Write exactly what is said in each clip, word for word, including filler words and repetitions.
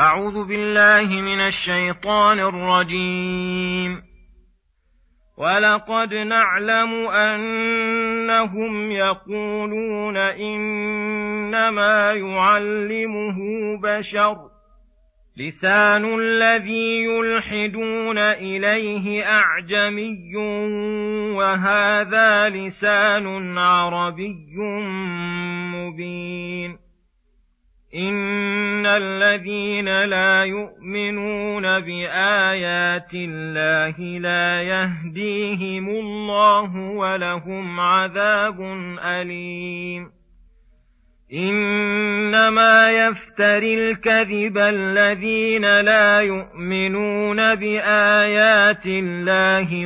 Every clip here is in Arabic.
أعوذ بالله من الشيطان الرجيم. ولقد نعلم أنهم يقولون إنما يعلمه بشر لسان الذي يلحدون إليه أعجمي وهذا لسان عربي مبين. إن الذين لا يؤمنون بآيات الله لا يهديهم الله ولهم عذاب أليم. إنما يفتري الكذب الذين لا يؤمنون بآيات الله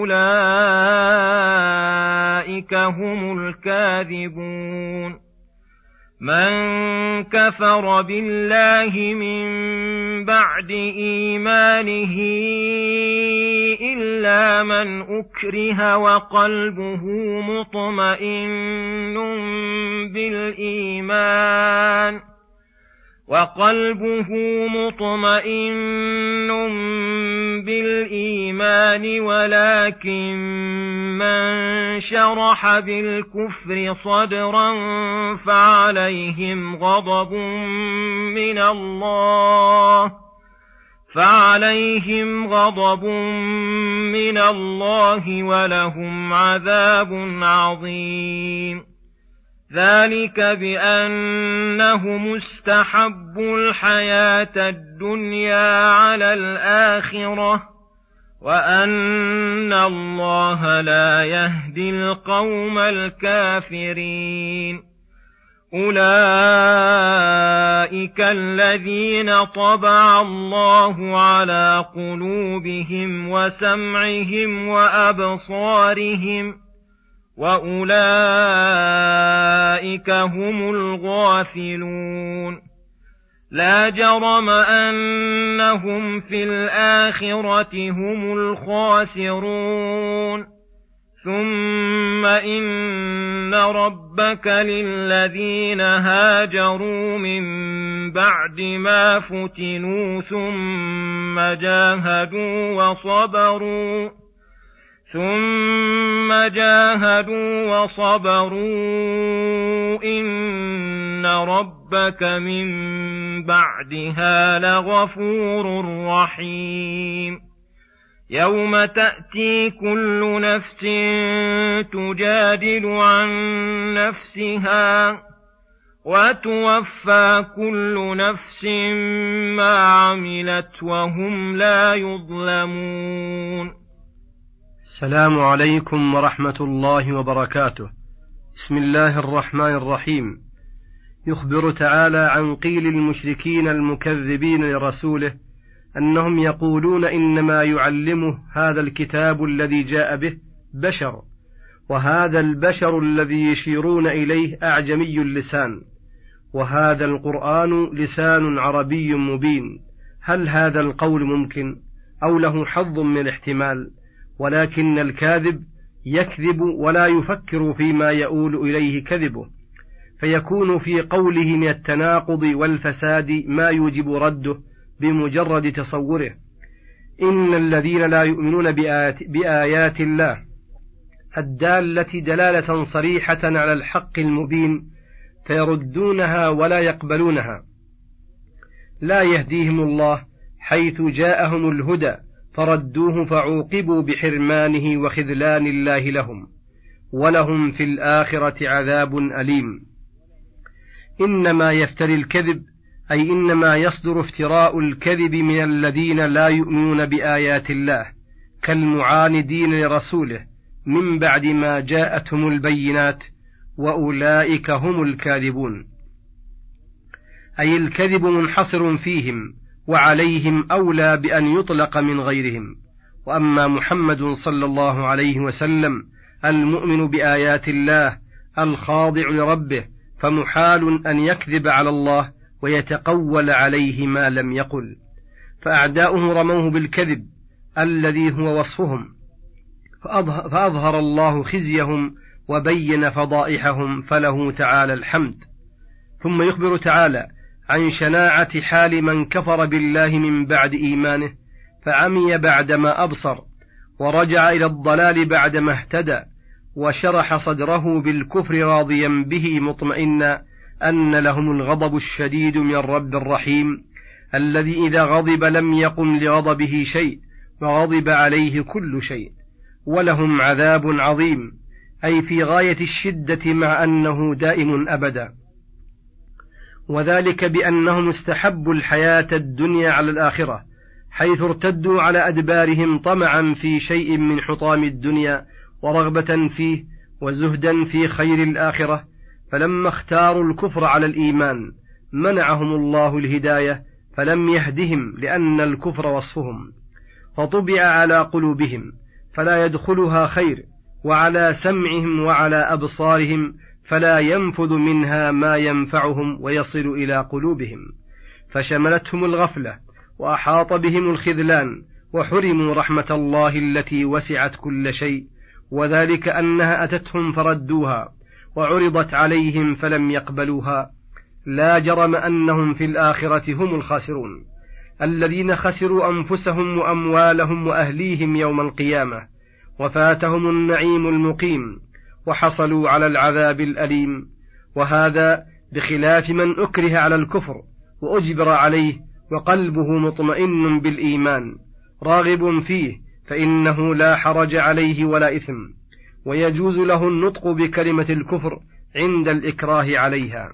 وأولئك هم الكاذبون. من كفر بالله من بعد إيمانه إلا من أكره وقلبه مطمئن بالإيمان وقلبه مطمئن بالإيمان ولكن من شرح بالكفر صدرا فعليهم غضب من الله فعليهم غضب من الله ولهم عذاب عظيم. ذلك بأنهم استحبوا الحياة الدنيا على الآخرة وأن الله لا يهدي القوم الكافرين. أولئك الذين طبع الله على قلوبهم وسمعهم وأبصارهم وأولئك هم الغافلون. لا جرم أنهم في الآخرة هم الخاسرون. ثم إن ربك للذين هاجروا من بعد ما فتنوا ثم جاهدوا وصبروا ثم جاهدوا وصبروا إن ربك من بعدها لغفور رحيم. يوم تأتي كل نفس تجادل عن نفسها وتوفى كل نفس ما عملت وهم لا يظلمون. السلام عليكم ورحمة الله وبركاته. بسم الله الرحمن الرحيم. يخبر تعالى عن قيل المشركين المكذبين لرسوله أنهم يقولون إنما يعلمه هذا الكتاب الذي جاء به بشر، وهذا البشر الذي يشيرون إليه أعجمي اللسان، وهذا القرآن لسان عربي مبين. هل هذا القول ممكن أو له حظ من الاحتمال؟ ولكن الكاذب يكذب ولا يفكر فيما يؤول إليه كذبه، فيكون في قوله من التناقض والفساد ما يوجب رده بمجرد تصوره. إن الذين لا يؤمنون بآيات, بآيات الله الدالة دلالة صريحة على الحق المبين فيردونها ولا يقبلونها. لا يهديهم الله حيث جاءهم الهدى فردوه فعوقبوا بحرمانه وخذلان الله لهم، ولهم في الآخرة عذاب أليم. إنما يفتري الكذب أي إنما يصدر افتراء الكذب من الذين لا يؤمنون بآيات الله كالمعاندين لرسوله من بعد ما جاءتهم البينات، وأولئك هم الكاذبون. أي الكذب منحصر فيهم وعليهم أولى بأن يطلق من غيرهم. وأما محمد صلى الله عليه وسلم المؤمن بآيات الله الخاضع لربه فمحال أن يكذب على الله ويتقول عليه ما لم يقل، فأعداؤه رموه بالكذب الذي هو وصفهم، فأظهر الله خزيهم وبين فضائحهم، فله تعالى الحمد. ثم يخبر تعالى عن شناعة حال من كفر بالله من بعد إيمانه فعمي بعدما أبصر، ورجع إلى الضلال بعدما اهتدى، وشرح صدره بالكفر راضيا به مطمئنا أن لهم الغضب الشديد من الرب الرحيم الذي إذا غضب لم يقم لغضبه شيء وغضب عليه كل شيء، ولهم عذاب عظيم أي في غاية الشدة مع أنه دائم أبدا، وذلك بأنهم استحبوا الحياة الدنيا على الآخرة، حيث ارتدوا على أدبارهم طمعا في شيء من حطام الدنيا ورغبة فيه وزهدا في خير الآخرة، فلما اختاروا الكفر على الإيمان منعهم الله الهداية فلم يهدهم لأن الكفر وصفهم، فطبع على قلوبهم فلا يدخلها خير، وعلى سمعهم وعلى أبصارهم فلا ينفذ منها ما ينفعهم ويصل إلى قلوبهم، فشملتهم الغفلة وأحاط بهم الخذلان وحرموا رحمة الله التي وسعت كل شيء، وذلك أنها أتتهم فردوها وعرضت عليهم فلم يقبلوها. لا جرم أنهم في الآخرة هم الخاسرون الذين خسروا أنفسهم وأموالهم وأهليهم يوم القيامة، وفاتهم النعيم المقيم وحصلوا على العذاب الأليم، وهذا بخلاف من أكره على الكفر وأجبر عليه وقلبه مطمئن بالإيمان راغب فيه، فإنه لا حرج عليه ولا إثم، ويجوز له النطق بكلمة الكفر عند الإكراه عليها.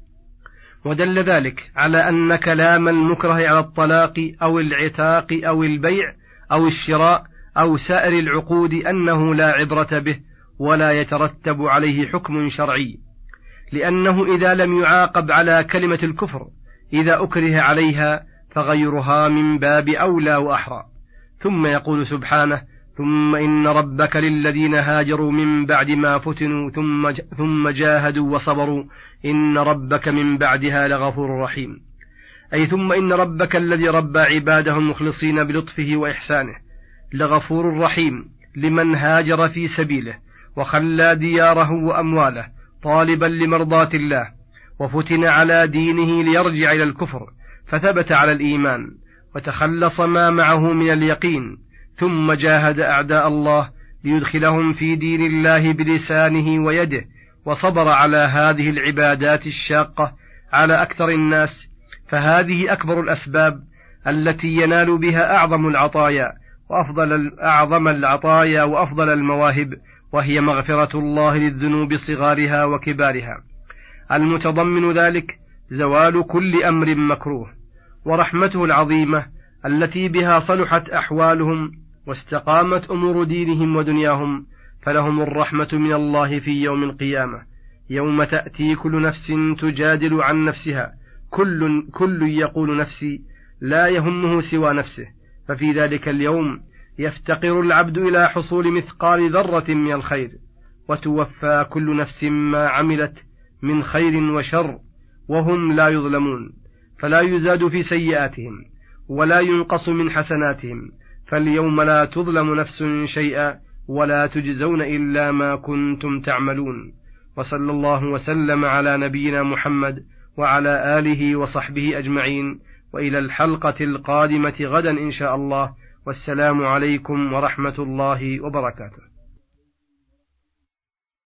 ودل ذلك على أن كلام المكره على الطلاق أو العتاق أو البيع أو الشراء أو سائر العقود أنه لا عبرة به ولا يترتب عليه حكم شرعي، لأنه إذا لم يعاقب على كلمة الكفر إذا أكره عليها فغيرها من باب أولى وأحرى. ثم يقول سبحانه: ثم إن ربك للذين هاجروا من بعد ما فتنوا ثم, ثم جاهدوا وصبروا إن ربك من بعدها لغفور رحيم، أي ثم إن ربك الذي ربى عباده مخلصين بلطفه وإحسانه لغفور رحيم لمن هاجر في سبيله وخلى دياره وأمواله طالبا لمرضاة الله وفتن على دينه ليرجع إلى الكفر فثبت على الإيمان وتخلص ما معه من اليقين، ثم جاهد أعداء الله ليدخلهم في دين الله بلسانه ويده، وصبر على هذه العبادات الشاقة على أكثر الناس، فهذه أكبر الأسباب التي ينال بها أعظم العطايا وأفضل أعظم العطايا وأفضل المواهب، وهي مغفرة الله للذنوب صغارها وكبارها، المتضمن ذلك زوال كل أمر مكروه، ورحمته العظيمة التي بها صلحت أحوالهم واستقامت أمور دينهم ودنياهم، فلهم الرحمة من الله في يوم القيامة يوم تأتي كل نفس تجادل عن نفسها، كل, كل يقول نفسي، لا يهمه سوى نفسه، ففي ذلك اليوم يفتقر العبد إلى حصول مثقال ذرة من الخير، وتوفى كل نفس ما عملت من خير وشر وهم لا يظلمون، فلا يزاد في سيئاتهم ولا ينقص من حسناتهم، فاليوم لا تظلم نفس شيئا ولا تجزون إلا ما كنتم تعملون. وصلى الله وسلم على نبينا محمد وعلى آله وصحبه أجمعين، وإلى الحلقة القادمة غدا إن شاء الله، والسلام عليكم ورحمة الله وبركاته.